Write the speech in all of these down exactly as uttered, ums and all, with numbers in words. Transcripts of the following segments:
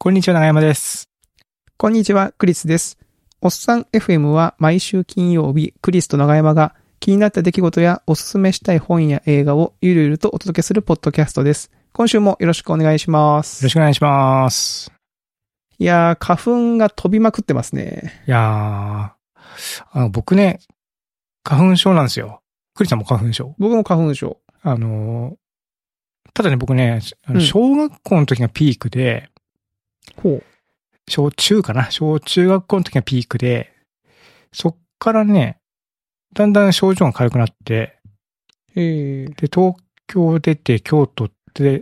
こんにちは、長山です。 こんにちは、クリスです。おっさん エフエム は毎週金曜日、クリスと長山が気になった出来事やおすすめしたい本や映画をゆるゆるとお届けするポッドキャストです。今週もよろしくお願いします。 よろしくお願いします。 いやー、花粉が飛びまくってますね。 いやー、あの僕ね、花粉症なんですよ。クリさんも花粉症？ 僕も花粉症。 あの、ただね、僕ね、あの小学校の時がピークで、 うん、ほう。 小中かな小中学校の時がピークで、そっからね、だんだん症状が軽くなって、 へー。 で、東京出て京都って、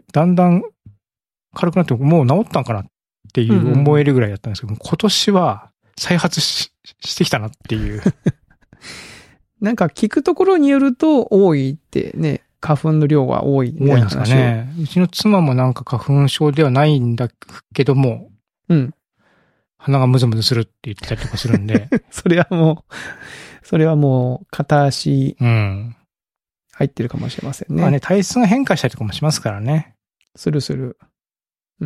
だんだん軽くなって、もう治ったんかなっていう思えるぐらいだったんですけど、うんうん、今年は再発 し, してきたなっていう。 なんか聞くところによると多いってね、花粉の量は多いみたいな話を。 多いんですかね。うちの妻もなんか花粉症ではないんだけども、 うん。 鼻がムズムズするって言ってたりとかするんで。 それはもう、それはもう片足。 うん。 入ってるかもしれませんね。 まあね、体質が変化したりとかもしますからね。 するする。うん。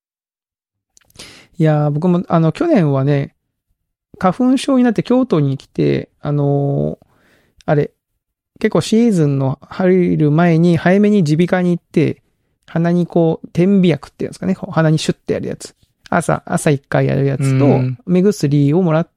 いやー、僕も、あの、去年はね、花粉症になって京都に来て、あのー、あれ、結構シーズンの入る前に早めに耳鼻科に行って、鼻にこう、点鼻薬っていうんですかね、鼻にシュッてやるやつ。朝、朝一回やるやつと、目薬をもらって、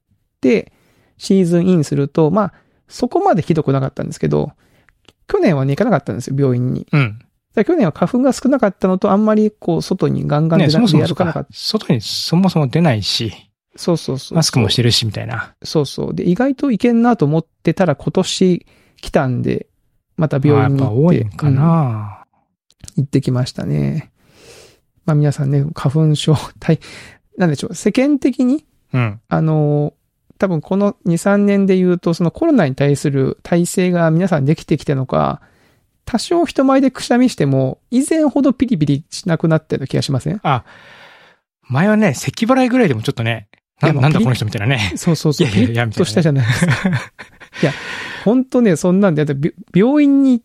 シーズンインすると、まあ、そこまでひどくなかったんですけど、去年はね、行かなかったんですよ、病院に。 うん。 去年は花粉が少なかったのと、あんまりこう、外にガンガン出歩かなかった。 外にそもそも出ないし。 そうそうそう。 マスクもしてるし、みたいな。 そうそう。で、意外といけんなと思ってたら今年来たんで、また病院に行って。 やっぱ多いんかな、 うん、行ってきましたね。まあ皆さんね、花粉症、体、なんでしょう、世間的に、 うん。 あの、多分このに、さんねんで言うと、そのコロナに対する体制が皆さんできてきたのか、多少人前でくしゃみしても、以前ほどピリピリしなくなったような気がしません？ あ、前はね、咳払いぐらいでもちょっとね、な, なんだこの人みたいなね。 そうそうそう。 いやいやいや、みたいな、ね。 としたじゃないですか。いや、ほんとね、そんなんで、病院に行って、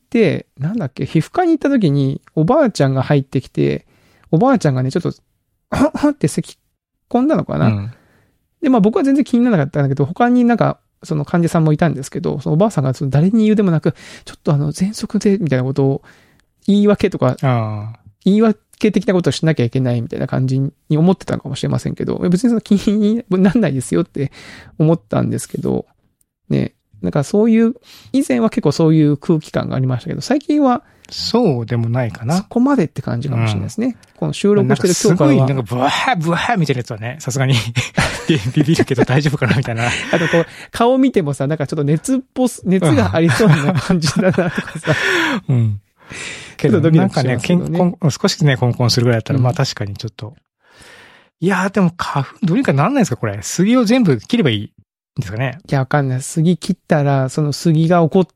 なんだっけ、皮膚科に行った時に、おばあちゃんが入ってきて、おばあちゃんがね、ちょっと、はっはって咳込んだのかな、うん、で、まあ僕は全然気にならなかったんだけど、他になんか、その患者さんもいたんですけど、そのおばあさんがその誰に言うでもなく、ちょっとあの、喘息で、みたいなことを、言い訳とか、言い訳的なことをしなきゃいけないみたいな感じに思ってたのかもしれませんけど、別にその気になんないですよって思ったんですけど、ね、なんかそういう、以前は結構そういう空気感がありましたけど、最近は、 そうでもないかな。 そこまでって感じかもしれないですね。うん、この収録してる今日からは。すごい、なんかブワーブワーみたいなやつはね、さすがにビビるけど大丈夫かなみたいな。 あとこう、顔見てもさ、なんかちょっと熱っぽす、熱がありそうな感じだなとかさ。 うん。けど、なんかね、健康、少しね、コンコンするぐらいだったら、うん、まあ確かにちょっと。いやーでも花粉、どうにかなんないですかこれ。杉を全部切ればいいんですかね。 いや、わかんない。杉切ったら、その杉が起こって、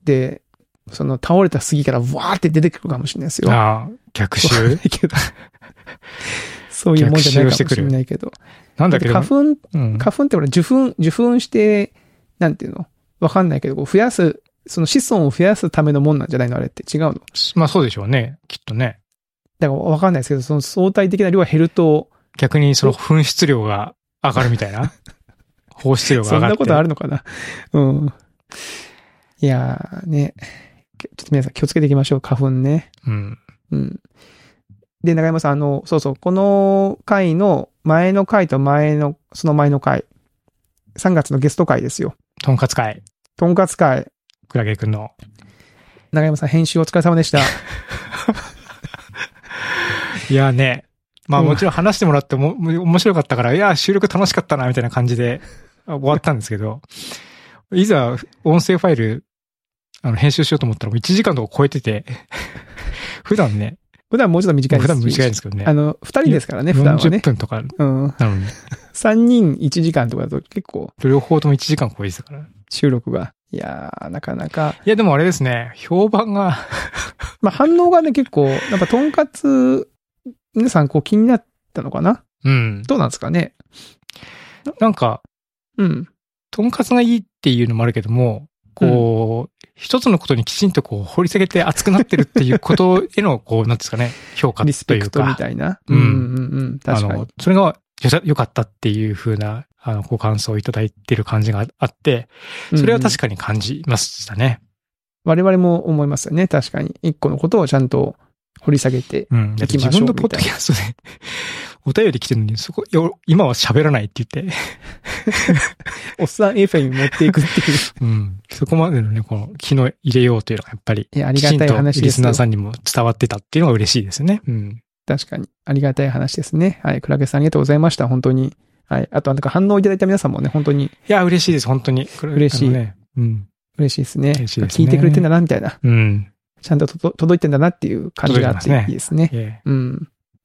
その倒れた杉からわーって出てくるかもしれないですよ。 ああ、逆襲そういうもんじゃないかもしれないけど。 なんだけど。 花粉、うん、花粉ってほら、受粉、受粉して、なんていうのわかんないけど、こう増やす、その子孫を増やすためのもんなんじゃないのあれって違うの？ まあそうでしょうね。きっとね。 だからわかんないですけど、その相対的な量が減ると。 逆にその噴出量が上がるみたいな。放出量が上がって。 そんなことあるのかな。うん。いやーね。ちょっと皆さん気をつけていきましょう。花粉ね。 うん。 うん。で、中山さん、あの、そうそう、この回の前の回と前の、その前の回。さんがつのゲスト回ですよ。 とんかつ会。 とんかつ会。 クラゲくんの。 中山さん、編集お疲れ様でした。 いやね。まあもちろん話してもらっても、うん、面白かったから、いや、収録楽しかったな、みたいな感じで終わったんですけど、いざ音声ファイル、あの、編集しようと思ったらもういちじかんとか超えてて、普段ね。 普段もうちょっと短いです。 普段短いんですけどね。 あの、二人ですからね、普段はね。 よんじゅっぷんとか。うん。なのに。 さんにんいちじかんとかだと結構。 両方ともいちじかん超えてたから。 収録が。いやー、なかなか。 いや、でもあれですね、評判が。 まあ反応がね、結構、やっぱとんかつ、皆さんこう気になったのかな？ うん。 どうなんですかね？ なんか、 うん。 とんかつがいいっていうのもあるけども、こう、うん、 一つのことにきちんとこう掘り下げて熱くなってるっていうことへの、こう、なんですかね、評価というか。 リスペクトみたいな。 うん。うんうんうん。確かに。 あの、それが良かったっていう風な、あの、ご感想をいただいてる感じがあって、それは確かに感じましたね。 うんうん、我々も思いますよね。確かに。一個のことをちゃんと掘り下げていきましょう。うん。だって自分のポッドキャストでお便り来てるのに、そこ、今は喋らないって言って。 おっさん エフエム に持っていくっていう。 うん。そこまでのね、この気の入れようというのがやっぱり、 いや、ありがたい話です。 リスナーさんにも伝わってたっていうのが嬉しいですね。うん。 確かに。ありがたい話ですね。はい。クラゲさんありがとうございました。本当に。はい。あと、なんか反応いただいた皆さんもね、本当に。いや、嬉しいです。本当に。 嬉しい。 ね、うん。 嬉しいですね。 嬉しいですね。 聞いてくれてんだな、みたいな。 うん。 ちゃんとと届いてんだなっていう感じがあっていいですね。 ねうん。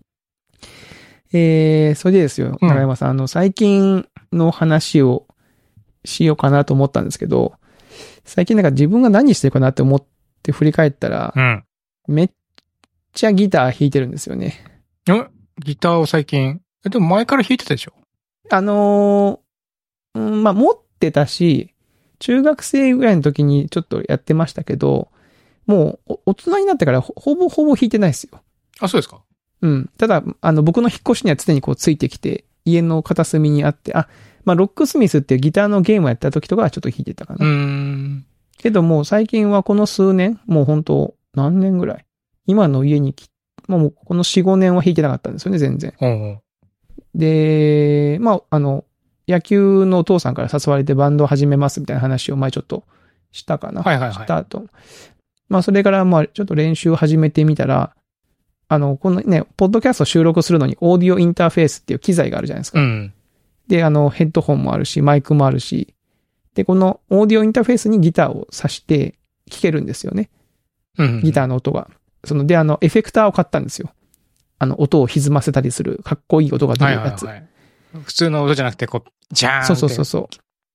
えー、それでですよ、長山さん、うん、あの、最近の話をしようかなと思ったんですけど、最近なんか自分が何してるかなって思って振り返ったら、 うん、 めっちゃギター弾いてるんですよね。 えギターを最近、え、でも前から弾いてたでしょ？ あのー、うん、まあ、持ってたし、中学生ぐらいの時にちょっとやってましたけど、もう大人になってからほぼほぼ弾いてないですよ。 あ、そうですか？ うん。ただ、あの、僕の引っ越しには常にこうついてきて、家の片隅にあって、あ、まあ、ロックスミスっていうギターのゲームをやった時とかはちょっと弾いてたかな。 うーん。 けども、最近はこの数年、もう本当何年ぐらい今の家に来、もうこのよん、ごねんは弾いてなかったんですよね、全然。 うんうん、 で、まあ、あの、野球のお父さんから誘われてバンドを始めますみたいな話を前ちょっとしたかな。 はいはいはい。 した後。まあ、それからまあ、ちょっと練習を始めてみたら、あの、このね、ポッドキャスト収録するのにオーディオインターフェースっていう機材があるじゃないですか。 うん。 で、あの、ヘッドホンもあるし、マイクもあるし、で、このオーディオインターフェースにギターを挿して聴けるんですよね。 うん。 ギターの音が。その、で、あの、エフェクターを買ったんですよ。あの、音を歪ませたりする、かっこいい音が出るやつ。はいはいはい、普通の音じゃなくて、こう、ジャーンって。 そうそうそうそう。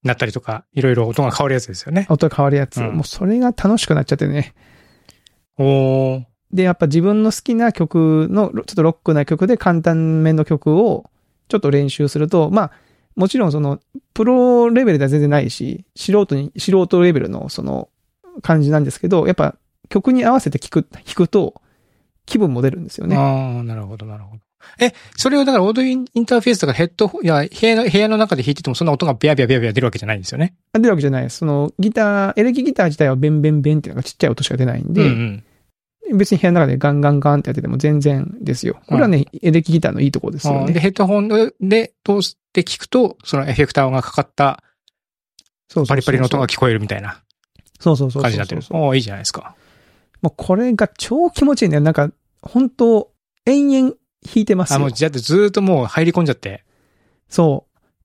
なったりとか、いろいろ音が変わるやつですよね。 音が変わるやつ。うん、もうそれが楽しくなっちゃってね。 おー。 で、やっぱ自分の好きな曲の、ちょっとロックな曲で簡単めの曲をちょっと練習すると、まあ、もちろんその、プロレベルでは全然ないし、素人に、素人レベルのその感じなんですけど、やっぱ曲に合わせて聴く、弾くと気分も出るんですよね。 ああ、なるほど、なるほど。え、それをだからオーディオインターフェースとかヘッドホン、いや、部屋の、部屋の中で弾いててもそんな音がビャビャビャビャ出るわけじゃないんですよね。 出るわけじゃないです。そのギター、エレキギター自体はベンベンベンっていうのがちっちゃい音しか出ないんで、うんうん、別に部屋の中でガンガンガンってやってても全然ですよ。これはね、うん、エレキギターのいいところですよね。 で、ヘッドホンで通して聞くと、そのエフェクターがかかった、パリパリの音が聞こえるみたいな。 そうそうそう。 感じになってる。おー、いいじゃないですか。 もうこれが超気持ちいいね。なんか、本当延々弾いてますよ。 あ、もう、だってずーっともう入り込んじゃって。 そう。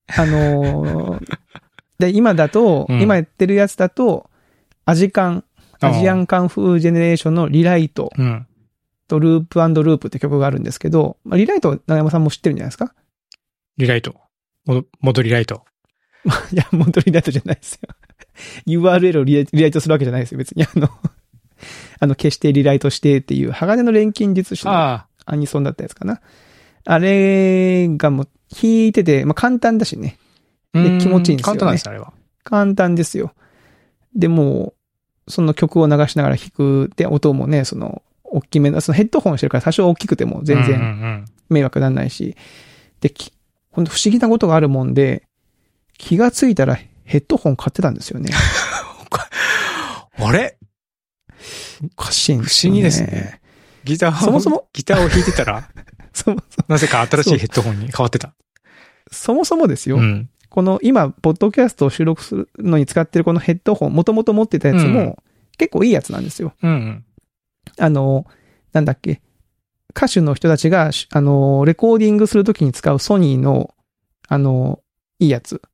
あのー、で、今だと、うん、今やってるやつだと、アジカン、アジアンカンフージェネレーションのリライトとループ&ループって曲があるんですけど、まあ、リライト、長山さんも知ってるんじゃないですか？ リライト。モドリライト。 いや、モドリライトじゃないですよ。ユーアールエル をリライトするわけじゃないですよ、別に。あの、あの、消してリライトしてっていう、鋼の錬金術師のアニソンだったやつかな。あ, あれがもう、弾いてて、まあ、簡単だしね。で、気持ちいいんですよね。 簡単なんです、あれは。 簡単ですよ。で、もう、その曲を流しながら弾く。で、音もね、その、大きめの、そのヘッドホンしてるから多少大きくても全然迷惑なんないし。うんうんうん、で、ほんと不思議なことがあるもんで、気がついたらヘッドホン買ってたんですよね。 あれおかしいんですよね。不思議ですね。ギターを、 そもそも、 ギターを弾いてたら、 そもそもなぜか新しいヘッドホンに変わってた。 そもそもですよ。 うん、 この今、ポッドキャストを収録するのに使ってるこのヘッドホン、もともと持ってたやつも、うん、結構いいやつなんですよ。 うんうん、 あの、なんだっけ。歌手の人たちが、あの、レコーディングするときに使うソニーの、あの、いいやつ。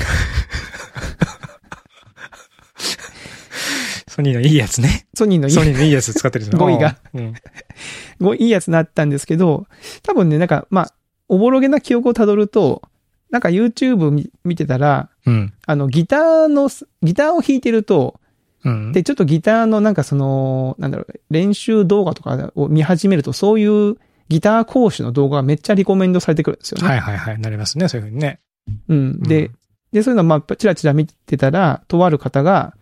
ソニーのいいやつね。 ソニーのいいソニーのいいやつ使ってるんですよ。 語彙が。うん、語彙いいやつになったんですけど、多分ね、なんか、まあ、おぼろげな記憶をたどると、なんか YouTube 見てたら、 うん、 あの、ギターの、ギターを弾いてると、 うん、 で、ちょっとギターのなんかその、なんだろう、練習動画とかを見始めると、そういうギター講師の動画がめっちゃリコメンドされてくるんですよね。 はいはいはい。なりますね、そういうふうにね。 うん。で、うん、で、そういうのをまあ、チラチラ見てたら、とある方が、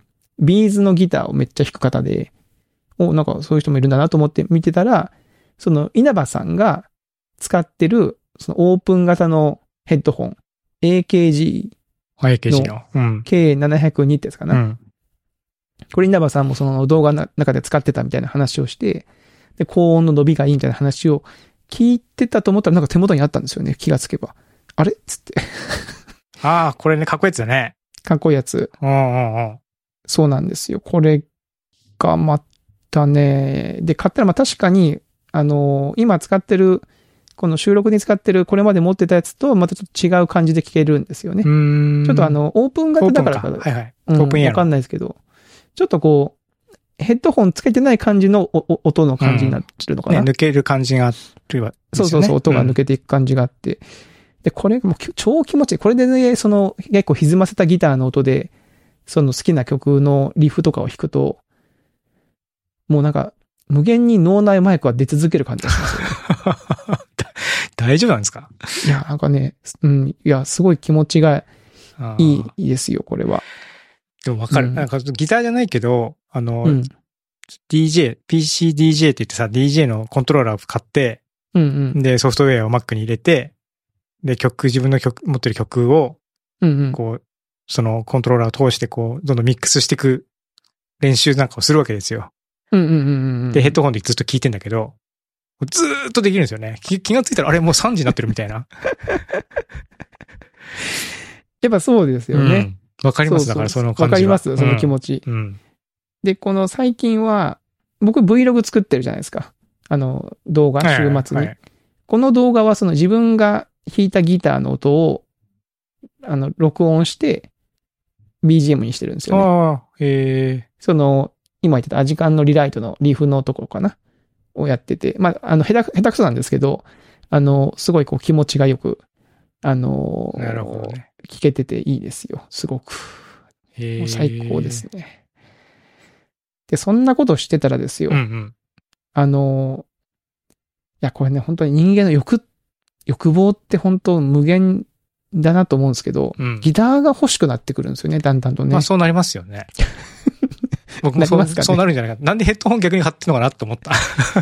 ビーズのギターをめっちゃ弾く方で、お、なんかそういう人もいるんだなと思って見てたら、その稲葉さんが使ってる、そのオープン型のヘッドホン、エーケージーエーケージー の。うん。 ケーななひゃくに ってやつかな。 うん。 これ稲葉さんもその動画の中で使ってたみたいな話をして、で、高音の伸びがいいみたいな話を聞いてたと思ったらなんか手元にあったんですよね。気がつけば。あれっつって。 ああ、これね、かっこいいやつだね。 かっこいいやつ。 うんうんうん。 そうなんですよ。これがまたね、で、買ったらまあ確かに、あのー、今使ってる、この収録に使ってる、これまで持ってたやつとまたちょっと違う感じで聞けるんですよね。 うーん。 ちょっとあの、オープン型だからか、 はいはい。 うん、 オープンエア。 わかんないですけど、ちょっとこう、ヘッドホンつけてない感じの音の感じになってるのかな、 うんね、抜ける感じがあるわ、ね。 そうそうそう、音が抜けていく感じがあって。うん、で、これもう超気持ちいい。これでね、その結構歪ませたギターの音で、その好きな曲のリフとかを弾くと、もうなんか、無限に脳内マイクは出続ける感じがしますよね。 大丈夫なんですか？ いや、なんかね、うん、いや、すごい気持ちがいいですよ、これは。 でもわかる、うん。なんかギターじゃないけど、あの、うん、ディージェー、ピーシーディージェー って言ってさ、ディージェー のコントローラーを買って、 うんうん、 で、ソフトウェアを Mac に入れて、で、曲、自分の曲、持ってる曲を、 うんうん、 こう、そのコントローラーを通して、こう、どんどんミックスしていく練習なんかをするわけですよ。 うんうんうんうん、 で、ヘッドホンでずっと聞いてんだけど、ずーっとできるんですよね。気, 気がついたら、あれもうさんじになってるみたいな。 やっぱそうですよね。 わ、うん、かります。だからその感じは。 わかります、その気持ち、 うんうん。 で、この最近は、僕 Vlog 作ってるじゃないですか。あの、動画、週末に。はいはいはい、この動画はその自分が弾いたギターの音を、あの、録音して、ビージーエム にしてるんですよね。 ああ、へえ。 その、今言ってたアジカンのリライトのリフのところかなをやってて、まあ、あの、下手、下手くそなんですけど、あの、すごいこう気持ちがよく、あの、 なるほどね。 聞けてていいですよ。すごく。 へえ。 もう最高ですね。で、そんなことしてたらですよ。 うんうん、 あの、いや、これね、本当に人間の欲、欲望って本当無限だなと思うんですけど、うん、ギターが欲しくなってくるんですよね、だんだんとね。 まあそうなりますよね。僕もそうな、ね、そうなるんじゃないか。なんでヘッドホン逆に買ってんのかなって思った。い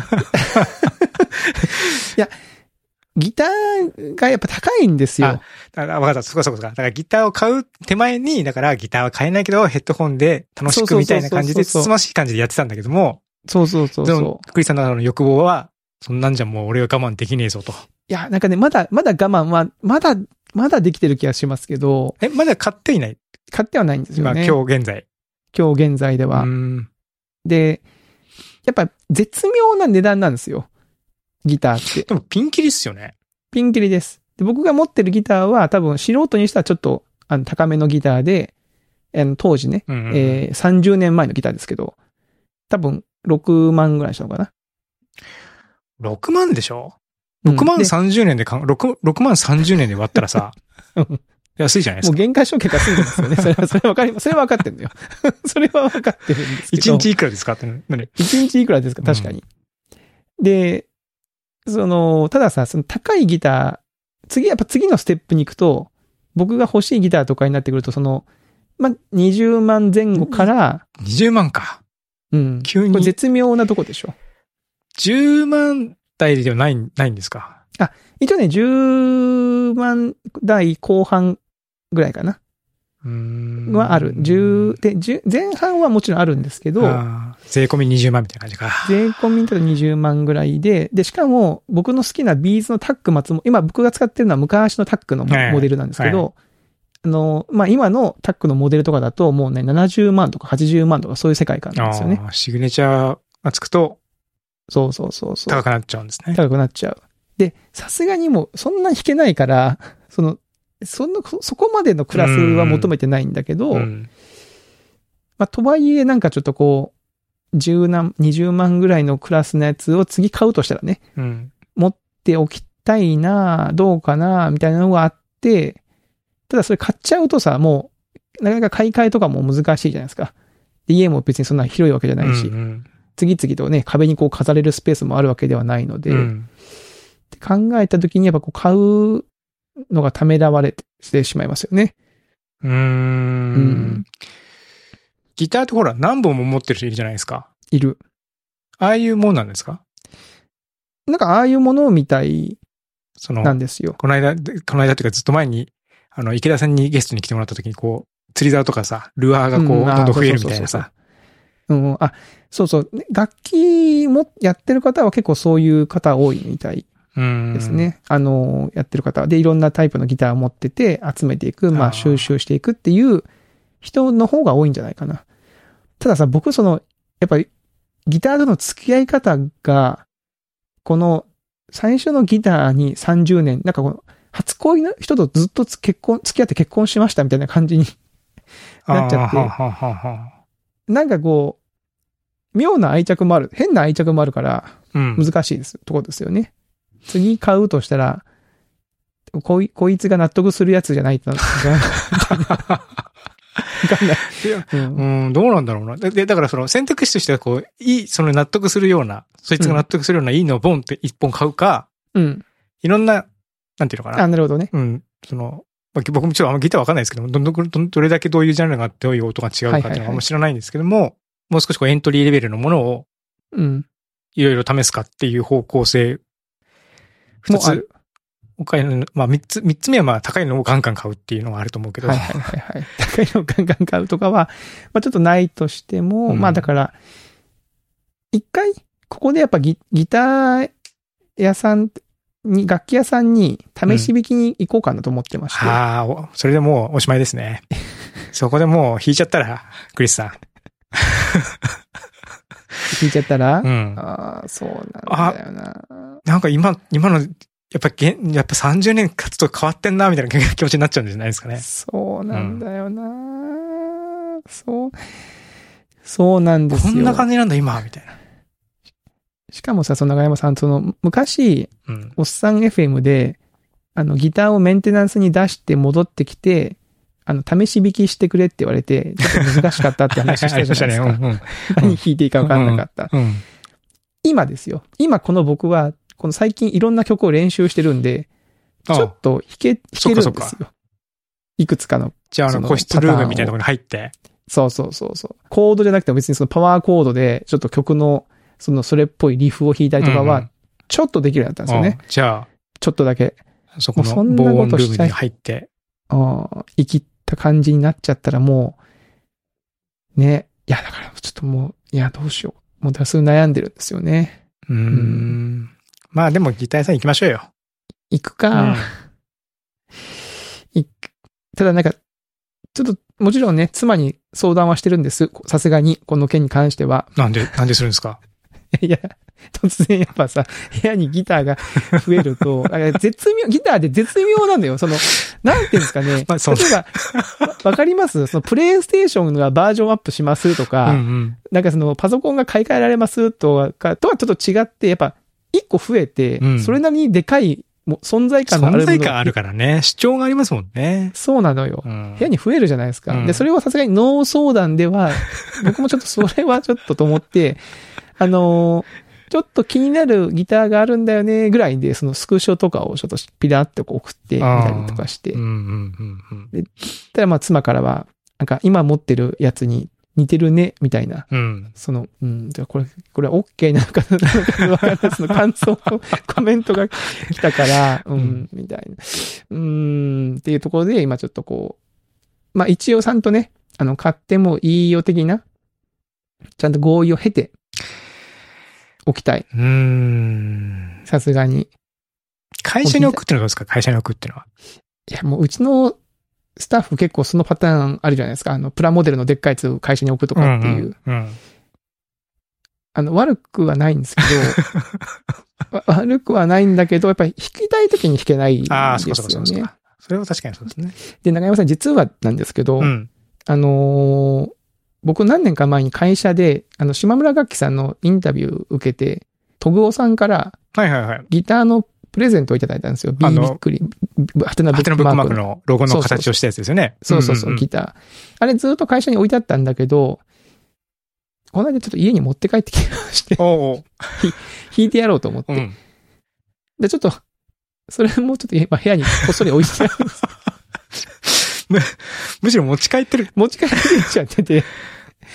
や、ギターがやっぱ高いんですよ。あ、 だから分かった。そこそこそこ。だからギターを買う手前に、だからギターは買えないけど、ヘッドホンで楽しくみたいな感じで、つつましい感じでやってたんだけども。 そうそうそうそう。 そのクリスさんの中の欲望は、そんなんじゃもう俺は我慢できねえぞと。 いや、なんかね、まだ、まだ我慢は、まだ、まだできてる気がしますけど。 え、まだ買っていない？ 買ってはないんですよね。 今、今日現在。 今日現在では。 うん、 で、やっぱ絶妙な値段なんですよ。ギターって。 でもピンキリっすよね。 ピンキリです。で、僕が持ってるギターは多分素人にしたらちょっとあの高めのギターで、あの当時ね、うんうんうん、えー、さんじゅうねんまえのギターですけど、多分ろくまんぐらいしたのかな。 ろくまんでしょ ?ろく 万さんじゅうねんでかん、6、ろくまんさんじゅうねんで割ったらさ、安いじゃないですか。 もう限界償却がついてますよね。それは、それはわかります。それはわかってんだよ。それはわかってるんですけど。 いちにちいくらですかって何？ いち 日いくらですか確かに。うん、で、その、たださ、その高いギター、次、やっぱ次のステップに行くと、僕が欲しいギターとかになってくると、その、まあ、にじゅうまんぜん後から、 にじゅうまんか。 うん。 急に。 これ絶妙なとこでしょ。 じゅうまん台ではない、ないんですか？ あ、一応ね、じゅうまん台後半ぐらいかな。 うーん。 はある。じゅう、で、前半はもちろんあるんですけど、 あ税込みにじゅうまんみたいな感じか。 税込みだとにじゅうまんぐらいで、で、しかも僕の好きなビーズのタック松も、今僕が使ってるのは昔のタックのモデルなんですけど、はいはい、あの、まあ、今のタックのモデルとかだともうね、ななじゅうまんとかはちじゅうまんとかそういう世界観なんですよね。 あシグネチャーがつくと、 そうそうそうそう。 高くなっちゃうんですね。 高くなっちゃう。で、さすがにもうそんな弾けないから、その、その、そこまでのクラスは求めてないんだけど、まあ、とはいえなんかちょっとこう、十何、二十万ぐらいのクラスのやつを次買うとしたらね、 うん、 持っておきたいな、どうかな、みたいなのがあって、ただそれ買っちゃうとさ、もう、なかなか買い替えとかも難しいじゃないですか。で、家も別にそんな広いわけじゃないし、 うんうん、 次々とね、壁にこう飾れるスペースもあるわけではないので、 うん、 って考えたときにやっぱこう買うのがためらわれてしまいますよね。 うーん。うんギターってほら何本も持ってる人いるじゃないですか。 いる。 ああいうもんなんですか？ なんかああいうものみたいその、 なんですよ。 この間、この間っていうかずっと前に、あの、池田さんにゲストに来てもらった時にこう、釣り竿とかさ、ルアーがこう、 うんどんどん増えるみたいなさ。 うん、あ、そうそう。楽器もやってる方は結構そういう方多いみたいですね。あの、やってる方でいろんなタイプのギターを持ってて集めていく、まあ収集していくっていう人の方が多いんじゃないかな。たださ、僕その、やっぱりギターとの付き合い方が、この最初のギターにさんじゅうねん、なんかこの初恋の人とずっと結婚、付き合って結婚しましたみたいな感じになっちゃって、 ははははなんかこう、妙な愛着もある、変な愛着もあるから、難しいです、うん、ところですよね。次買うとしたら、こい、こいつが納得するやつじゃないと、わかんない。 うん、うん、どうなんだろうな。で、だからその選択肢としてはこう、いい、その納得するような、そいつが納得するようないいのをボンって一本買うか、うん。いろんな、なんていうのかな。 あ、なるほどね。 うん。その、僕もちょっとあんまギターわかんないですけども、どんどん、ど, どれだけどういうジャンルがあってどういう音が違うかっていうのはあんま知らないんですけども、はいはいはい、もう少しこうエントリーレベルのものを、うん。いろいろ試すかっていう方向性、二つ、他の、まあ三つ、三つ目はまあ高いのをガンガン買うっていうのがあると思うけど。 はいはいはいはい。高いのをガンガン買うとかは、まあちょっとないとしても、うん、まあだから、一回、ここでやっぱギ、ギター屋さんに、楽器屋さんに試し弾きに行こうかなと思ってまして。うん、 ああ、それでもうおしまいですね。そこでもう弾いちゃったら、クリスさん。 弾いちゃったら、 うん、 ああ、そうなんだよな。 なんか今、今の、やっぱ、やっぱさんじゅうねん経つと変わってんな、みたいな気持ちになっちゃうんじゃないですかね。 そうなんだよな、うん、そう、そうなんですよ。 こんな感じなんだ、今、みたいな。 しかもさ、その長山さん、その、昔、うん、おっさん エフエム で、あの、ギターをメンテナンスに出して戻ってきて、あの、試し弾きしてくれって言われて、ちょっと難しかったって話したじゃないですか。ねうんうん、何弾いていいか分かんなかった。うんうん、今ですよ。今この僕は、この最近いろんな曲を練習してるんで、ちょっと弾け、弾けるんですよ。そっかそっかいくつかの。 じゃあ、あの、個室ルームみたいなところに入って。 そうそうそうそう。コードじゃなくても別にそのパワーコードで、ちょっと曲の、そのそれっぽいリフを弾いたりとかは、ちょっとできるようになったんですよね。 うん、じゃあ、 ちょっとだけ。 そこの防音ルームに入って。 ああ、生きった感じになっちゃったらもう、ね。いや、だからちょっともう、いや、どうしよう。もう多数悩んでるんですよね。 うーん。うん、まあでもギター屋さん行きましょうよ。 行くか。うん、ただなんか、ちょっと、もちろんね、妻に相談はしてるんです。さすがに、この件に関しては。 なんで、なんでするんですか？ いや、突然やっぱさ、部屋にギターが増えると、絶妙、ギターで絶妙なんだよ。その、なんていうんですかね。まあ、例えば、わかりますその、プレイステーションがバージョンアップしますとか、うんうん、なんかその、パソコンが買い替えられますとか、とはちょっと違って、やっぱ、一個増えて、うん、それなりにでかい、もう存在感のある存在感あるからね。主張がありますもんね。 そうなのよ。 うん、 部屋に増えるじゃないですか。うん、で、それはさすがにノー相談では、僕もちょっとそれはちょっとと思って、あのー、ちょっと気になるギターがあるんだよね、ぐらいで、そのスクショとかをちょっとピラッと送ってみたりとかして。うんうんうんうん、で、ただまあ妻からは、なんか今持ってるやつに似てるね、みたいな。うん、その、うん、これ、これは OK なのかなのかわからない。その感想のコメントが来たから、うん、うん、みたいな。うーん、っていうところで今ちょっとこう、まあ一応ちゃんとね、あの、買ってもいいよ的な、ちゃんと合意を経て、置きたい。 うーん。 さすがに。 会社に置くってのはどうですか？会社に置くっていうのは。 いや、もううちのスタッフ結構そのパターンあるじゃないですか。あの、プラモデルのでっかいやつを会社に置くとかっていう。うんうんうん、あの、悪くはないんですけど、悪くはないんだけど、やっぱり弾きたい時に弾けないんですよね。ああ、そうかそうかそうか。 それは確かにそうですね。 で、長山さん実はなんですけど、うん、あのー、僕何年か前に会社で、あの、島村楽器さんのインタビュー受けて、トグオさんから、 はいはいはい。 ギターのプレゼントをいただいたんですよ。ビーびっくり。ハテナブックマークのロゴの形をしたやつですよね。 そうそうそう、うんうんうん、ギター。あれずっと会社に置いてあったんだけど、この間ちょっと家に持って帰ってきまして、おうおう弾いてやろうと思って。うん、で、ちょっと、それもちょっと今部屋にこっそり置いてあるんです。 む、むしろ持ち帰ってる。 持ち帰ってきちゃってて。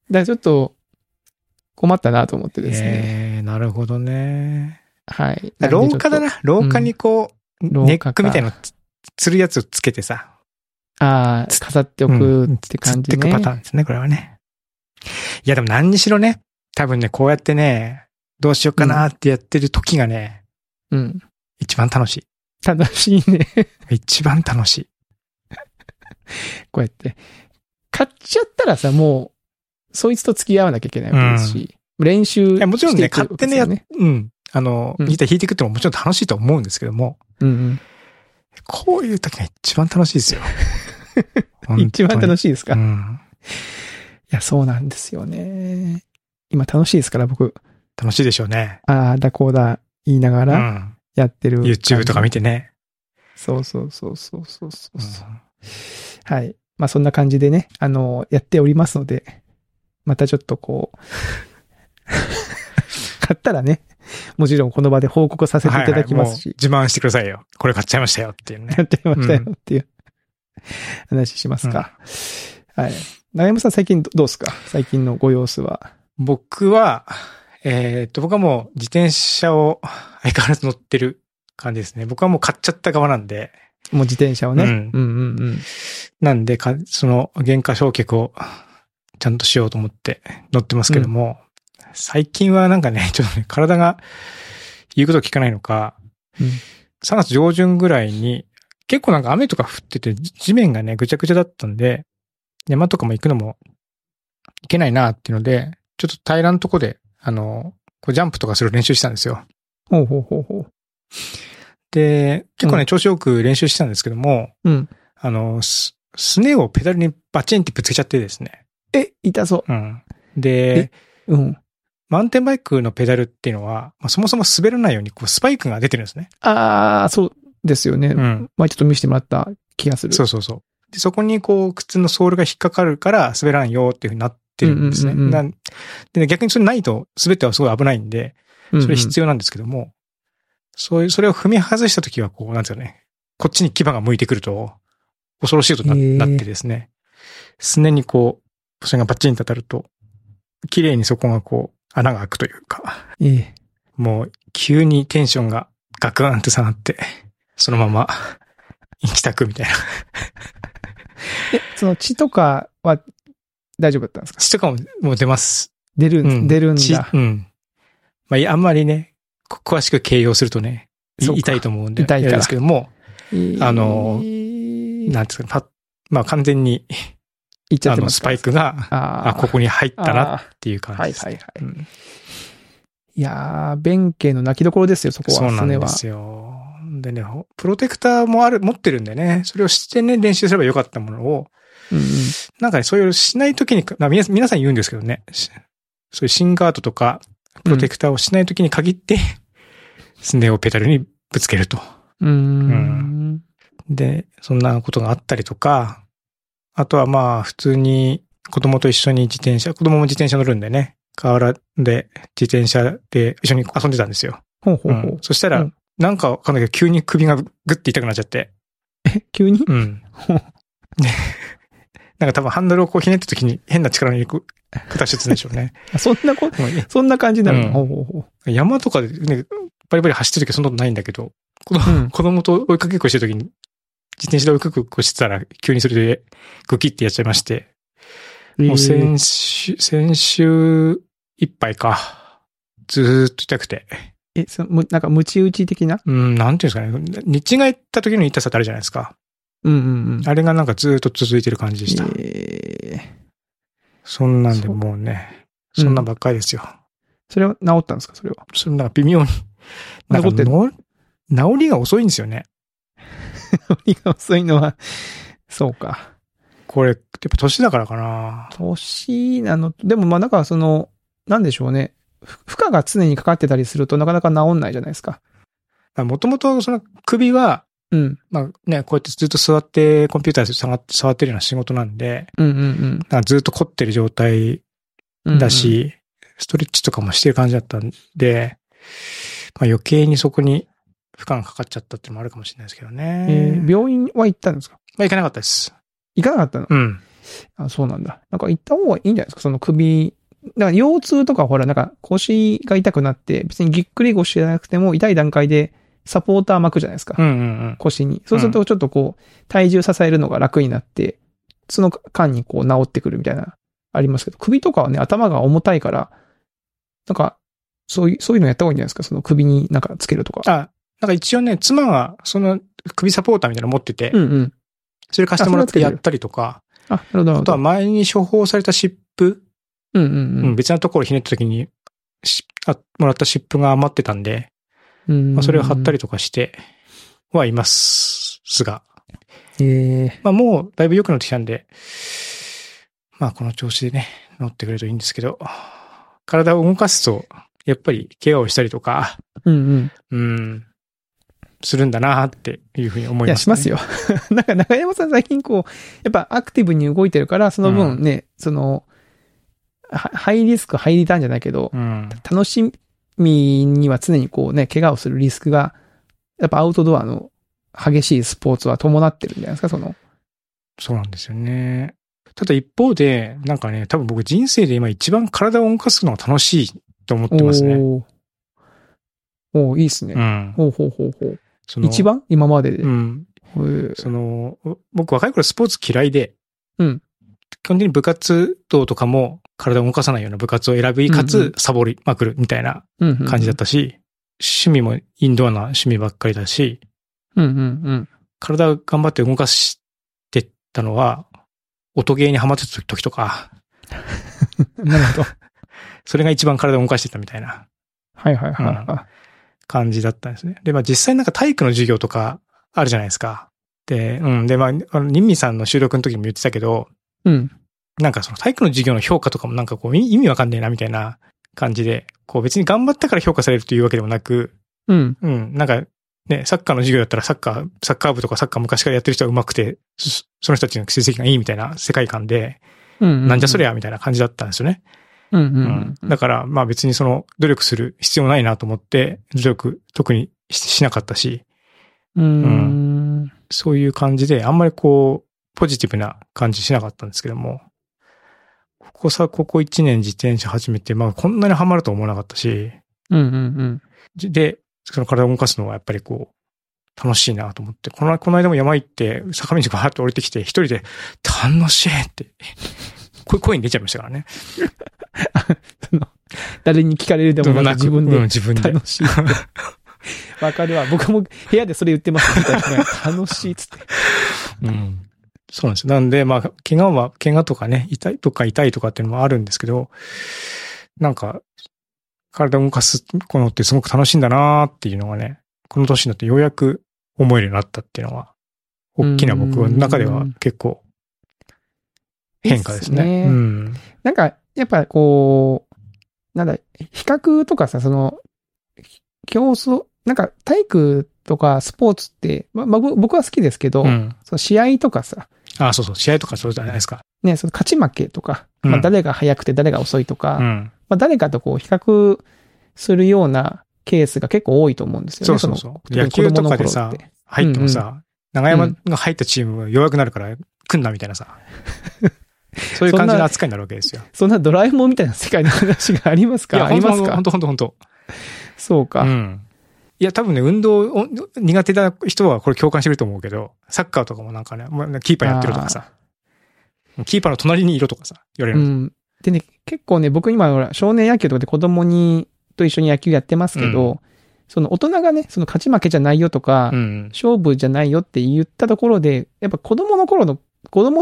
からちょっと困ったなと思ってですね。 えー、なるほどね。 はい。 廊下だな。廊下にこう、うん、ネックみたいなのつるやつをつけてさ。 ああ、飾っておくって感じね。 つってくパターンですね、これはね。いや、でも何にしろね、多分ね、こうやってね、どうしようかなってやってる時がね、 うん。 一番楽しい。 楽しいね。 一番楽しい。 こうやって。買っちゃったらさ、もう、そいつと付き合わなきゃいけないわけですし、うん、練習していく、ね。 もちろんね、買ってね、や、うん。あの、ギター弾いていくってももちろん楽しいと思うんですけども、 うんうん、 こういう時が一番楽しいですよ。 一番楽しいですか、 うん、 いや、そうなんですよね。今楽しいですから、僕。 楽しいでしょうね。 ああ、だこうだ言いながらやってる、うん。 YouTube とか見てね。 そうそうそうそうそうそう、うん。はい。まあそんな感じでね、あの、やっておりますので、またちょっとこう、買ったらね、もちろんこの場で報告させていただきますし。はいはい、 自慢してくださいよ。これ買っちゃいましたよっていうね。 買っちゃいましたよっていう、うん、話しますか。うん、はい。長山さん最近どうですか？最近のご様子は。 僕は、えっと、僕はもう自転車を相変わらず乗ってる感じですね。僕はもう買っちゃった側なんで。 もう自転車をね。うん、うんうんうん。 なんでか、その原価償却をちゃんとしようと思って乗ってますけども、うん、最近はなんかね、ちょっとね、体が言うこと聞かないのか、うん、さんがつ上旬ぐらいに結構なんか雨とか降ってて地面がね、ぐちゃぐちゃだったんで、山とかも行くのもいけないなっていうので、ちょっと平らなとこで、あの、こうジャンプとかする練習したんですよ。 ほうほうほうほう。 で、結構ね、うん、調子よく練習したんですけども、 うん、 あの、す、すねをペダルにバチンってぶつけちゃってですね。 え、痛そう。 うん。で、 うん。 マウンテンバイクのペダルっていうのは、まあ、そもそも滑らないようにこうスパイクが出てるんですね。 ああ、そうですよね。うん。前ちょっと見せてもらった気がする。 そうそうそう。で、そこにこう、靴のソールが引っかかるから滑らんよっていう風になってるんですね。うんうんうん、で、逆にそれないと滑ってはすごい危ないんで、それ必要なんですけども、うんうん、そういう、それを踏み外したときはこう、なんですかね、こっちに牙が向いてくると、恐ろしいことに な, なってですね、すねにこう、それがバッチンと当たると、綺麗にそこがこう、穴が開くというか、 えー、 もう、急にテンションがガクーンと下がって、そのまま、行きたくみたいな。 え、その血とかは大丈夫だったんですか？ 血とかももう出ます。 出る、うん、出るんだ。 血、うん。まあ、あんまりね、詳しく形容するとね、痛いと思うんで、 痛いからですけども、えー、あの、なんですかね、パッ、まあ完全に、 いっちゃってます。 スパイクが、ああ、ここに入ったなっていう感じです、ね。 はいはいはい。うん、いやー、弁慶の泣きどころですよ、そこは。 そうなんですよ。でね、プロテクターもある、持ってるんでね、それをしてね、練習すればよかったものを、 うんうん、 なんかね、そういうしないときに、まあ、皆、皆さん言うんですけどね、そういう芯ガードとか、プロテクターをしないときに限って、うん、すねをペダルにぶつけると。 うーん、 うん。で、そんなことがあったりとか、あとはまあ、普通に子供と一緒に自転車、子供も自転車乗るんでね、河原で自転車で一緒に遊んでたんですよ。 ほうほうほう。 うん、そしたら、うん、なんかわかんないけど、急に首がグッて痛くなっちゃって。 え、急に？ うん。で、なんか多分ハンドルをこうひねった時に変な力の入れ方してたんでしょうね。 そんなこ、そんな感じになるの、うん、ほうほうほう。 山とかでね、バリバリ走ってる時はそんなことないんだけど、子供、うん、子供と追いかけっこしてる時に、自転車で追いかけっこしてたら、急にそれでグキってやっちゃいまして、えー、もう先週、先週いっぱいか、ずーっと痛くて。 え、その、なんかムチ打ち的な？ うん、なんていうんですかね。寝違えた時の痛さってあるじゃないですか。 うんうんうん。 あれがなんかずーっと続いてる感じでした。 えー、 そんなんでもうね、そ, そんなんばっかりですよ。うん、 それは治ったんですか、それは。 それなんか微妙に。なんかの治りが遅いんですよね。 治りが遅いのは、そうか。 これ、やっぱ年だからかな。 年なの、でもまあなんかその、なんでしょうね。負荷が常にかかってたりするとなかなか治んないじゃないですか。 もともとその首は、 うん。 まあね、こうやってずっと座ってコンピューターで触って触ってるような仕事なんで、 うんうんうん。 なんかずっと凝ってる状態だし、うんうん、ストレッチとかもしてる感じだったんで、まあ余計にそこに負荷がかかっちゃったっていうのもあるかもしれないですけどね。 えー、病院は行ったんですか？ まあ行かなかったです。 行かなかったの？ うん。 あ、そうなんだ。なんか行った方がいいんじゃないですか、その首。だから腰痛とかほら、なんか腰が痛くなって、別にぎっくり腰じゃなくても痛い段階でサポーター巻くじゃないですか。 うんうんうん。 腰に。そうするとちょっとこう、体重支えるのが楽になって、その間にこう治ってくるみたいな、ありますけど、首とかはね、頭が重たいから、なんか、そういう、そういうのやった方がいいんじゃないですか、その首になんかつけるとか。 あ、なんか一応ね、妻がその首サポーターみたいなの持ってて、 うんうん。 それ貸してもらってやったりとか、 あ、なるほど、なるほど。 あとは前に処方された湿布、 うんうんうん。 うん、別なところひねった時に、しあもらった湿布が余ってたんで、 うんまあ、それを貼ったりとかしてはいますが、 ええ。 まあもうだいぶ良くなってきたんで、まあこの調子でね、乗ってくれるといいんですけど、体を動かすと、やっぱり怪我をしたりとか、 うんうん。 うん、するんだなっていうふうに思います、ね。 いや、しますよ。なんか中山さん最近こう、やっぱアクティブに動いてるから、その分ね、うん、その、ハイリスク、ハイリターンじゃないけど、 うん、 楽しみには常にこうね、怪我をするリスクが、やっぱアウトドアの激しいスポーツは伴ってるんじゃないですか、その。 そうなんですよね。ただ一方で、なんかね、多分僕人生で今一番体を動かすのが楽しいと思ってますね。 おー、おーいいっすね。 うん。 ほうほうほうほう。 その一番今までで。 うん。その、僕若い頃スポーツ嫌いで、 うん。 基本的に部活動とかも体を動かさないような部活を選び、かつサボりまくるみたいな感じだったし、うんうんうん、趣味もインドアな趣味ばっかりだし、 うんうんうん、 体を頑張って動かしてったのは、音ゲーにハマってた時とか。 なるほど。 それが一番体を動かしてたみたいな。 はいはいはい、はい、 うん。感じだったんですね。で、まあ実際なんか体育の授業とかあるじゃないですか。で、うん。で、まあ、あの、ニンミさんの収録の時にも言ってたけど、 うん。 なんかその体育の授業の評価とかもなんかこう意味わかんねえなみたいな感じで、こう別に頑張ったから評価されるというわけでもなく、 うん。 うん。なんかね、サッカーの授業だったらサッカー、サッカー部とかサッカー昔からやってる人は上手くて、そ, その人たちの成績がいいみたいな世界観で、 うんうんうん、 なんじゃそりゃみたいな感じだったんですよね。 うんうんうんうん、 だからまあ別にその努力する必要ないなと思って努力特に し, しなかったし、 うーん、うん、 そういう感じであんまりこうポジティブな感じしなかったんですけども、ここさ、ここいちねん自転車始めて、まあこんなにハマると思わなかったし、 うんうんうん、 で、その体を動かすのはやっぱりこう楽しいなと思って、この、この間も山行って坂道バーッと降りてきて一人で楽しいって声に出ちゃいましたからね。 その誰に聞かれるでもなく自分で、 うん、自分で楽しい。わかるわ。僕も部屋でそれ言ってますみたいな。楽しいっつって。 うん。そうなんですよ。なんで、まあ、怪我は、怪我とかね、痛いとか痛いとかっていうのもあるんですけど、なんか、体を動かすのってすごく楽しいんだなーっていうのがね、この年になってようやく思えるようになったっていうのは、大きな僕の中では結構変化ですね。 ですね。 うん。 なんか、やっぱこう、なんだ、比較とかさ、その、競争、なんか体育とかスポーツって、まあ、僕は好きですけど、うん、その試合とかさ。 ああ、そうそう、試合とかそうじゃないですか。 ね、その勝ち負けとか、まあ、誰が速くて誰が遅いとか、 うん、 まあ、誰かとこう比較するようなケースが結構多いと思うんですよね。 そうそうそう。野球とかでさ、入ってもさ、うんうん、長山が入ったチームが弱くなるから来んなみたいなさ。そういう感じの扱いになるわけですよ。 そんな、そんなドラえもんみたいな世界の話がありますか？いや、ありますか？ ほんとほんとほんと。 そうか。 うん。いや、多分ね、運動苦手な人はこれ共感してると思うけど、サッカーとかもなんかね、キーパーやってるとかさ、キーパーの隣にいろとかさ、言われる。 うん。でね、結構ね、僕今、少年野球とかで子供に、と一緒に野球やってますけど、うん、その大人がね、その勝ち負けじゃないよとか、うん、勝負じゃないよって言ったところで、やっぱ子供の頃の、子供って、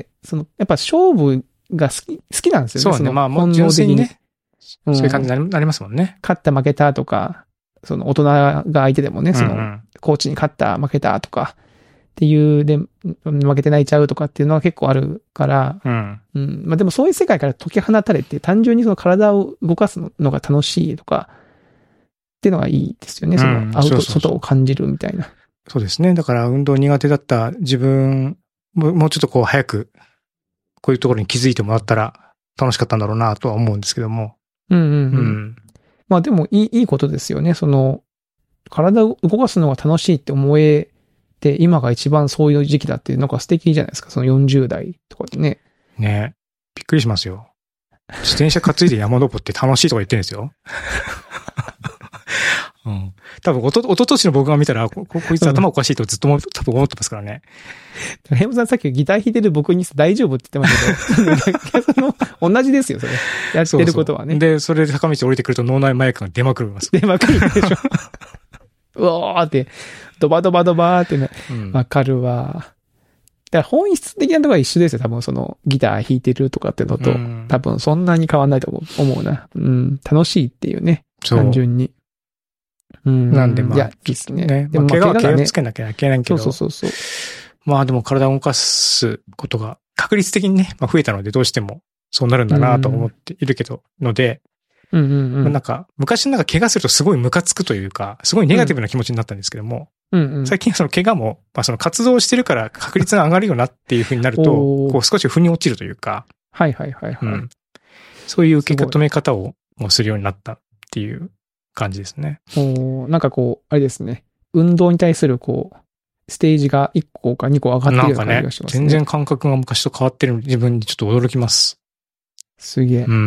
その、やっぱ勝負が好き、好きなんですよね。 そうね、まあ、もう純粋にね、うん、そういう感じになりますもんね。 勝った負けたとか、その大人が相手でもね、その、コーチに勝った負けたとか、っていう、で、負けて泣いちゃうとかっていうのは結構あるから、うん。うん。まあでもそういう世界から解き放たれて、単純にその体を動かすのが楽しいとか、っていうのがいいですよね。その、アウト、外を感じるみたいな。 そうですね。だから運動苦手だった自分、もうちょっとこう早く、こういうところに気づいてもらったら楽しかったんだろうなとは思うんですけども。 うんうんうん。うん、まあでもいい、いいことですよね。その、体を動かすのが楽しいって思えて、今が一番そういう時期だっていうのが素敵じゃないですか。そのよんじゅう代とかでね。 ね。びっくりしますよ。自転車担いで山登って楽しいとか言ってるんですよ。うん。多分、おと、おととしの僕が見たら、こ、こいつ頭おかしいとずっとも多分思ってますからね。 ヘイムさんさっきギター弾いてる僕に大丈夫って言ってましたけど、その、同じですよ、それ。やってることはね。 そうそうで、それで坂道降りてくると脳内麻薬が出まくるます。 出まくるでしょ。うわーって、ドバドバドバーってね、わ、うん、かるわ。だから本質的なところは一緒ですよ、多分その、ギター弾いてるとかっていうのと、うん、多分そんなに変わんないと思う、思うな。うん、楽しいっていうね、単純に。うん、 なんでまあ、 いや、いいですね。 ねでも、怪我は怪我をつけなきゃいけないけど。 そうそうそうそう。 まあでも体を動かすことが確率的にね、まあ、増えたのでどうしてもそうなるんだなと思っているけど、ので、 うんうんうんまあ、 なんか昔なんか怪我するとすごいムカつくというか、すごいネガティブな気持ちになったんですけども、 うんうん、 最近その怪我も、まあその活動してるから確率が上がるよなっていう風になると、こう少し腑に落ちるというか、 はいはいはいはい、うん。 そういう受け止め方をもうするようになったっていう感じですね。 おなんかこう、あれですね。運動に対するこう、ステージがいっこかにこ上がってるような感じがしますね。 なんかね、全然感覚が昔と変わってる自分にちょっと驚きます。 すげえ。 うん。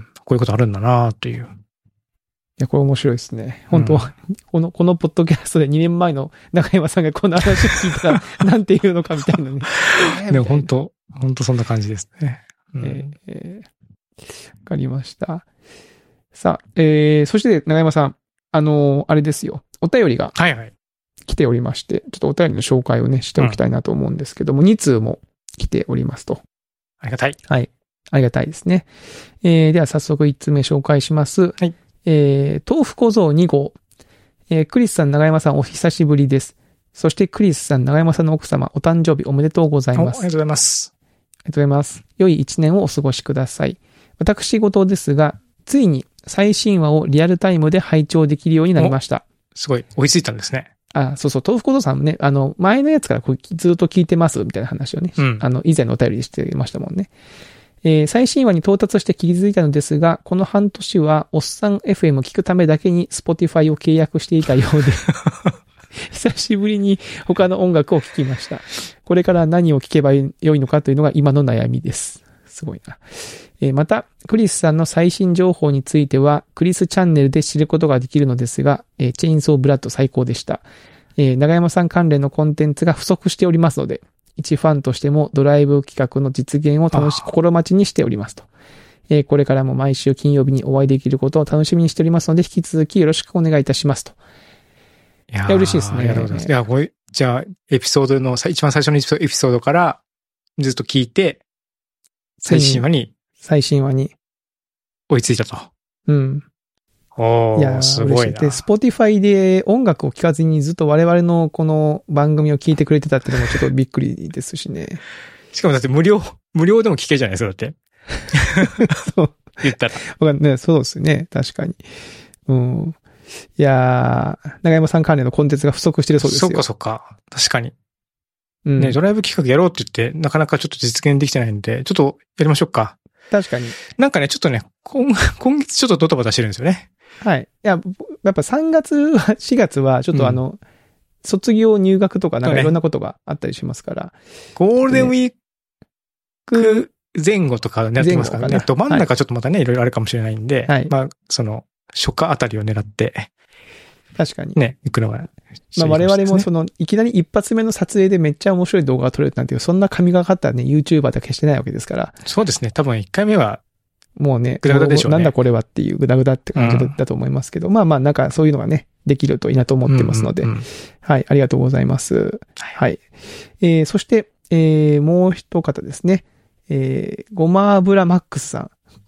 こういうことあるんだなという。いや、これ面白いですね。本当、うん、この、このポッドキャストでにねんまえの中山さんがこの話を聞いたら、なんて言うのかみたいなね。 でも本当、本当そんな感じですね。うん、 えーえー、わかりました。さあ、えー、そして中山さん、あのー、あれですよ。お便りが。 はいはい。 来ておりまして、ちょっとお便りの紹介をね、しておきたいなと思うんですけども、うん、に通も来ておりますと。 ありがたい。 はい。ありがたいですね。えー、では早速いち通目紹介します。 はい。 えー、豆腐小僧に号。えー、クリスさん、長山さんお久しぶりです。そしてクリスさん、長山さんの奥様、お誕生日おめでとうございます。 ありがとうございます。 ありがとうございます。良い一年をお過ごしください。私事ですが、ついに最新話をリアルタイムで拝聴できるようになりました。 すごい、追いついたんですね。 あ、そうそう、豆腐小僧さんもね、あの、前のやつからこうずっと聞いてます、みたいな話をね、うん、あの、以前のお便りでしてましたもんね。えー、最新話に到達して気づいたのですが、この半年は、おっさん エフエム 聞くためだけに Spotify を契約していたようで、久しぶりに他の音楽を聴きました。これから何を聴けばよいのかというのが今の悩みです。すごいな。えー、また、クリスさんの最新情報については、クリスチャンネルで知ることができるのですが、えー、チェインソーブラッド最高でした。えー、長山さん関連のコンテンツが不足しておりますので、一ファンとしてもドライブ企画の実現を楽し、心待ちにしておりますと。えー、これからも毎週金曜日にお会いできることを楽しみにしておりますので、引き続きよろしくお願いいたしますと。 いやー、嬉しいですね。 ありがとうございます。いや、これ、じゃあ、エピソードの、一番最初のエピソードからずっと聞いて、最新話に、 最新話に追いついたと。 うん。 おー、いやすごいな。 で、Spotify で音楽を聴かずにずっと我々のこの番組を聞いてくれてたっていうのもちょっとびっくりですしね。 しかもだって無料、無料でも聞けるじゃないですか、だって。そう。言ったら。 ね、そうですね、確かに。うん。いやー、長山さん関連のコンテンツが不足してるそうですよ。 そっかそっか。確かに。うん、ね、ドライブ企画やろうって言って、なかなかちょっと実現できてないんで、ちょっとやりましょうか。 確かに。 なんかね、ちょっとね、今、今月ちょっとドタバタしてるんですよね。 はい。いや、やっぱさんがつ、しがつはちょっとあの、うん、卒業入学とかなんかいろんなことがあったりしますから。ね、 ゴールデンウィーク前後とかやってますからね。ど真ん中ちょっとまたね、はい、いろいろあるかもしれないんで、はい、まあ、その、初夏あたりを狙って、 確かに。 ね、行くのが、ね。 まあ我々もその、いきなり一発目の撮影でめっちゃ面白い動画が撮れるなんていう、そんな神がかったね、YouTuber だけしてないわけですから。 そうですね。多分いっかいめは、 もうね、 グダグダでしょうね。 なんだこれはっていうグダグダって感じだと思いますけど、うん、まあまあなんかそういうのがね、できるといいなと思ってますので、うんうんうん、はい、ありがとうございます。はい。はい、えー、そして、えー、もう一方ですね、えー、ごま油マックスさん。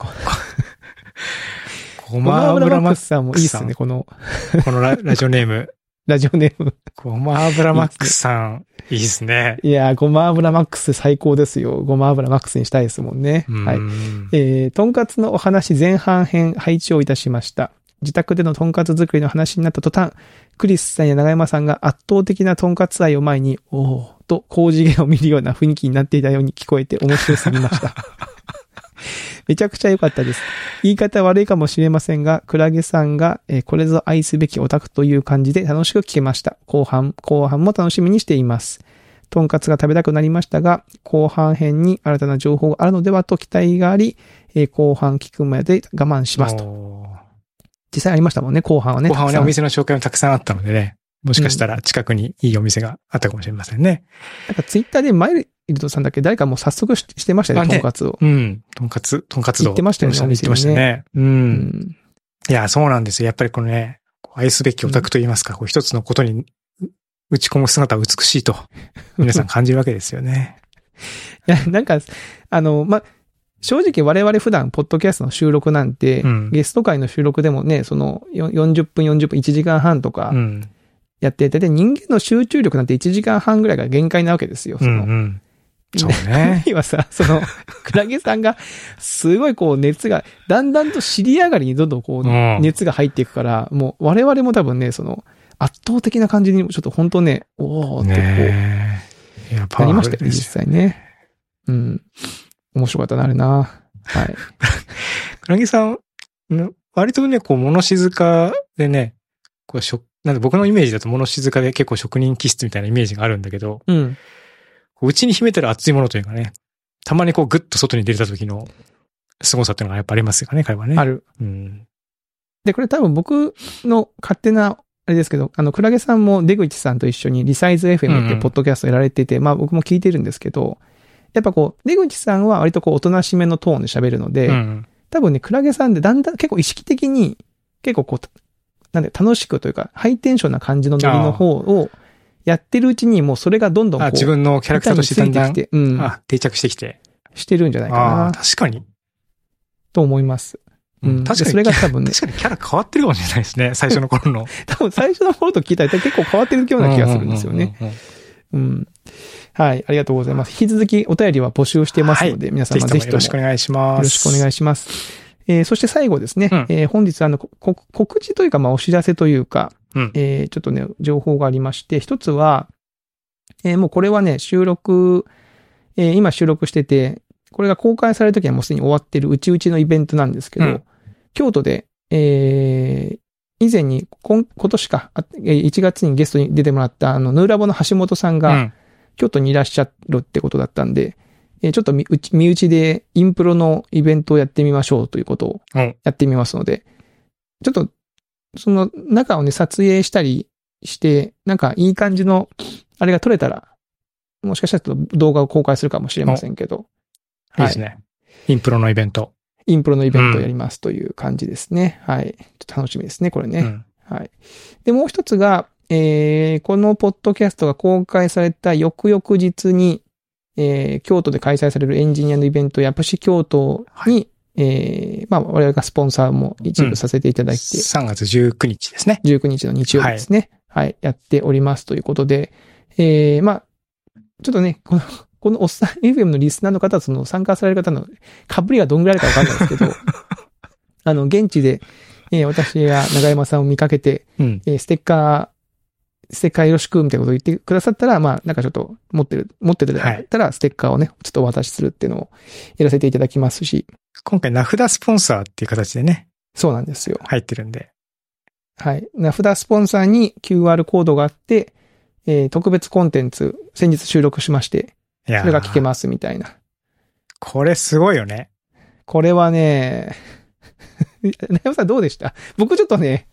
ごま油マックスさんもいいですね、この。 このラ、ラジオネーム。 ラジオネーム。 ごま油マックスさん、いいですね。 いや、ごま油マックス最高ですよ。ごま油マックスにしたいですもんね。はい。えー、とんかつのお話前半編配置をいたしました。自宅でのとんかつ作りの話になった途端、クリスさんや長山さんが圧倒的なとんかつ愛を前に、おーと高次元を見るような雰囲気になっていたように聞こえて面白すぎました。めちゃくちゃ良かったです。言い方悪いかもしれませんが、クラゲさんが、えー、これぞ愛すべきオタクという感じで楽しく聞けました。後半、後半も楽しみにしています。 とんかつが食べたくなりましたが、後半編に新たな情報があるのではと期待があり、えー後半聞くまで我慢しますと。実際ありましたもんね、後半はね。 後半はね、 たくさんお店の紹介もたくさんあったのでね、もしかしたら近くにいいお店があったかもしれませんね。 なんかツイッターでマイルドさんだっけ誰かもう早速ししてましたよね、 あねとんかつを。 うん。とんかつ、とんかつ道。 言ってましたよね言ってましたね。う。 うんん。 いや、そうなんですよ。やっぱりこのね、愛すべきオタクといいますか、こう一つのことに打ち込む姿は美しいと、皆さん感じるわけですよね。 いや、なんか、あの、ま、正直我々普段、ポッドキャストの収録なんて、 うん、 ゲスト会の収録でもね、その、よよんじゅっぷん、よんじゅっぷん、いちじかんはんとかう、ん。 やってて、で、人間の集中力なんていちじかんはんぐらいが限界なわけですよ。その、 うんうん。そうね。 今さ、その、クラゲさんが、すごいこう熱が、だんだんと尻上がりにどんどんこう、 うん熱が入っていくから、もう我々も多分ね、その、圧倒的な感じに、ちょっと本当ね、おーってこう、 ねえ。いや、パなりワましたよね、実フルですよ。 際ね。うん。面白かったな、あれな。はい。 クラゲさん、ん割とね、こう、物静かでね、こう、しょ、なんで僕のイメージだと物静かで結構職人気質みたいなイメージがあるんだけど、 うん。 こう内に秘めてる熱いものというかね、たまにこうグッと外に出た時の凄さっていうのがやっぱありますよね、彼はね。 ある。 うん。 で、これ多分僕の勝手な、あれですけど、あの、クラゲさんも出口さんと一緒にリサイズ エフエム ってポッドキャストやられてて、まあ僕も聞いてるんですけど、やっぱこう、出口さんは割とこう、おとなしめのトーンで喋るので、 うん。 多分ね、クラゲさんでだんだん結構意識的に、結構こう、なんで楽しくというか、ハイテンションな感じのノリの方をやってるうちに、もうそれがどんどんこう、 あ、自分のキャラクターとしてだんだん、 板についてきて、うん、 あ、定着してきて。 してるんじゃないかああ、 な、 確かに。 と思います。うん。 確かに。 それが多分ね、 確かにキャラ変わってるかもしれないですね、最初の頃の。 多分最初の頃と聞いたら結構変わってるような気がするんですよね。 うんうんうんうん。 うん。はい、ありがとうございます。引き続きお便りは募集してますので、 はい、 皆様ぜひともよろしくお願いします。 よろしくお願いします。えー、そして最後ですね、 うんえー、本日あの、こ告知というか、まあ、お知らせというか、 うんえー、ちょっとね、情報がありまして、一つは、えー、もうこれはね、収録、えー、今収録してて、これが公開されるときはもうすでに終わってるうちうちのイベントなんですけど、 うん京都で、えー、以前に今、今年か、あえーいちがつにゲストに出てもらった、あの、ヌーラボの橋本さんが、 うん。 京都にいらっしゃるってことだったんで、えーちょっと身内身内でインプロのイベントをやってみましょうということをうんやってみますので、ちょっと、その中をね、撮影したりして、なんかいい感じの、あれが撮れたら、もしかしたらちょっと動画を公開するかもしれませんけど、 いいですね。インプロのイベント。 インプロのイベントをやりますという感じですね。はい。ちょっと楽しみですね、これね。 うん。 はい。で、もう一つが、えー、このポッドキャストが公開された翌々日に、えー、京都で開催されるエンジニアのイベント、ヤプシ京都に、 はいえー、まあ、我々がスポンサーも一部させていただいて、 さんがつじゅうくにちですね。 じゅうくにちの日曜日ですね。はい、やっておりますということで、えー、まあ、ちょっとね、この、このおっさん エフエム のリスナーの方とその参加される方の被りがどんぐらいあるかわかんないですけど、あの、現地で、えー私や長山さんを見かけて、 うん。 えーステッカー、ステッカーよろしくみたいなことを言ってくださったら、まあ、なんかちょっと持ってる、持ってるだったら、ステッカーをね、ちょっとお渡しするっていうのをやらせていただきますし、 今回、名札スポンサーっていう形でね、 そうなんですよ。 入ってるんで。 はい。名札スポンサーに キューアール コードがあって、えー特別コンテンツ、先日収録しまして、 いやーそれが聞けますみたいな。 これすごいよね。 これはね、なやまさんどうでした僕ちょっとね、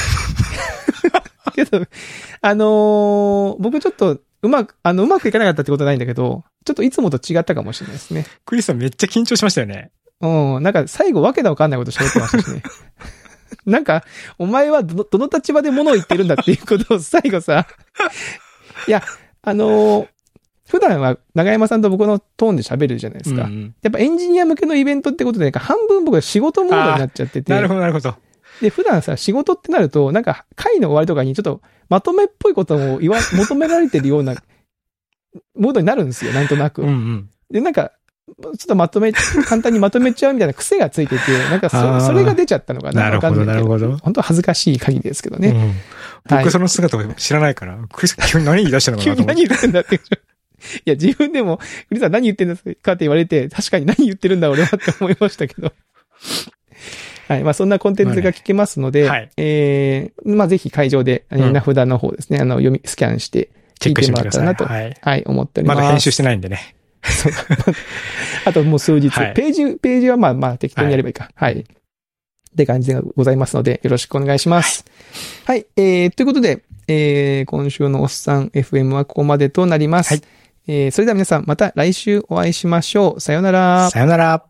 けど、あのー僕ちょっとうまく、あの、うまくいかなかったってことはないんだけど、ちょっといつもと違ったかもしれないですね。 クリスさんめっちゃ緊張しましたよね。 うん、なんか最後わけのわかんないこと喋ってましたしね。なんか、お前はどの、どの立場で物を言ってるんだっていうことを最後さ、いや、あのー普段は長山さんと僕のトーンで喋るじゃないですか。 うんうんやっぱエンジニア向けのイベントってことで、なんか半分僕は仕事モードになっちゃってて。 なるほど、なるほど。 で、普段さ、仕事ってなると、なんか会の終わりとかにちょっとまとめっぽいことを言わ、求められてるような、モードになるんですよ、なんとなく。 うんうん。 で、なんか、ちょっとまとめ、簡単にまとめちゃうみたいな癖がついてて、なんかあーそ、それが出ちゃったのかな。 なるほどわかんいけなるほど本当恥ずかしい限りですけどね。 うんはい僕その姿を知らないから、クリスさん急に何言い出したのか急になと思って。 何言ってんだって。いや、自分でも、クリスさん何言ってんですかって言われて、確かに何言ってるんだ俺はって思いましたけど。はい。まあ、そんなコンテンツが聞けますので、 まあねはいえー、まあ、ぜひ会場で、えーうん名札の方ですね、あの、読み、スキャンしてチェックしてみてください。 聞いてもらったらなと、はい、はい、思っております。 まだ編集してないんでね。 あともう数日、 はい、 ページ、ページはまあまあ適当にやればいいか。はい。はい、って感じでございますので、よろしくお願いします。はい。はい、えー、ということで、えー、今週のおっさん エフエム はここまでとなります。はい。えー、それでは皆さんまた来週お会いしましょう。さよなら。 さよなら。